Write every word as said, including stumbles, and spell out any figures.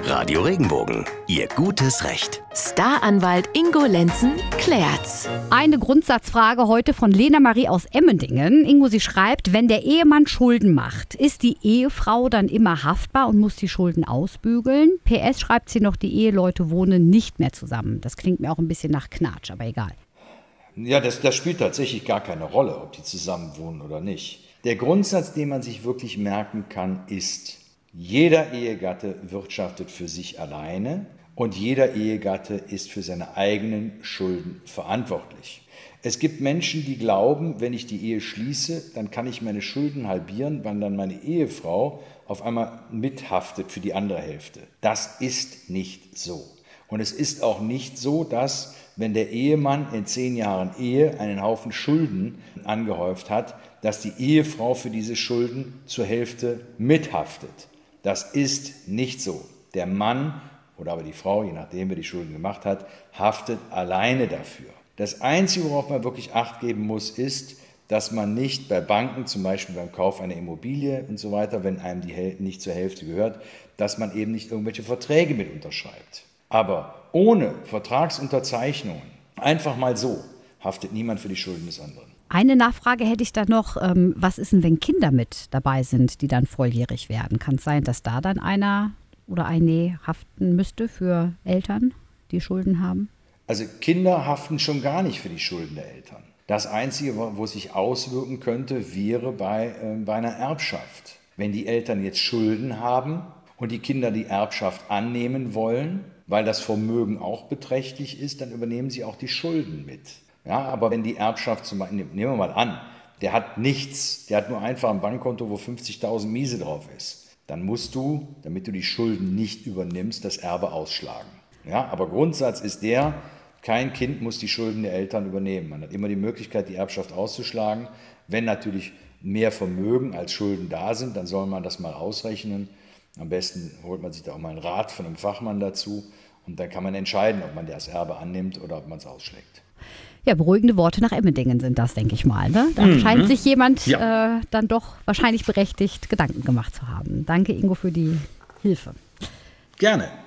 Radio Regenbogen, Ihr gutes Recht. Staranwalt Ingo Lenzen klärt's. Eine Grundsatzfrage heute von Lena Marie aus Emmendingen. Ingo, sie schreibt, wenn der Ehemann Schulden macht, ist die Ehefrau dann immer haftbar und muss die Schulden ausbügeln? P S schreibt sie noch, die Eheleute wohnen nicht mehr zusammen. Das klingt mir auch ein bisschen nach Knatsch, aber egal. Ja, das, das spielt tatsächlich gar keine Rolle, ob die zusammen wohnen oder nicht. Der Grundsatz, den man sich wirklich merken kann, ist: Jeder Ehegatte wirtschaftet für sich alleine und jeder Ehegatte ist für seine eigenen Schulden verantwortlich. Es gibt Menschen, die glauben, wenn ich die Ehe schließe, dann kann ich meine Schulden halbieren, weil dann meine Ehefrau auf einmal mithaftet für die andere Hälfte. Das ist nicht so. Und es ist auch nicht so, dass, wenn der Ehemann in zehn Jahren Ehe einen Haufen Schulden angehäuft hat, dass die Ehefrau für diese Schulden zur Hälfte mithaftet. Das ist nicht so. Der Mann oder aber die Frau, je nachdem wer die Schulden gemacht hat, haftet alleine dafür. Das Einzige, worauf man wirklich Acht geben muss, ist, dass man nicht bei Banken, zum Beispiel beim Kauf einer Immobilie und so weiter, wenn einem die Häl- nicht zur Hälfte gehört, dass man eben nicht irgendwelche Verträge mit unterschreibt. Aber ohne Vertragsunterzeichnungen, einfach mal so, haftet niemand für die Schulden des anderen. Eine Nachfrage hätte ich da noch. Ähm, was ist denn, wenn Kinder mit dabei sind, die dann volljährig werden? Kann es sein, dass da dann einer oder eine haften müsste für Eltern, die Schulden haben? Also Kinder haften schon gar nicht für die Schulden der Eltern. Das Einzige, wo es sich auswirken könnte, wäre bei, äh, bei einer Erbschaft. Wenn die Eltern jetzt Schulden haben und die Kinder die Erbschaft annehmen wollen, weil das Vermögen auch beträchtlich ist, dann übernehmen sie auch die Schulden mit. Ja, aber wenn die Erbschaft, zum Beispiel, nehmen wir mal an, der hat nichts, der hat nur einfach ein Bankkonto, wo fünfzigtausend Miese drauf ist, dann musst du, damit du die Schulden nicht übernimmst, das Erbe ausschlagen. Ja, aber Grundsatz ist der, kein Kind muss die Schulden der Eltern übernehmen. Man hat immer die Möglichkeit, die Erbschaft auszuschlagen. Wenn natürlich mehr Vermögen als Schulden da sind, dann soll man das mal ausrechnen. Am besten holt man sich da auch mal einen Rat von einem Fachmann dazu und dann kann man entscheiden, ob man das Erbe annimmt oder ob man es ausschlägt. Ja, beruhigende Worte nach Emmendingen sind das, denke ich mal. Ne? Da mhm. scheint sich jemand ja. äh, dann doch wahrscheinlich berechtigt Gedanken gemacht zu haben. Danke, Ingo, für die Hilfe. Gerne.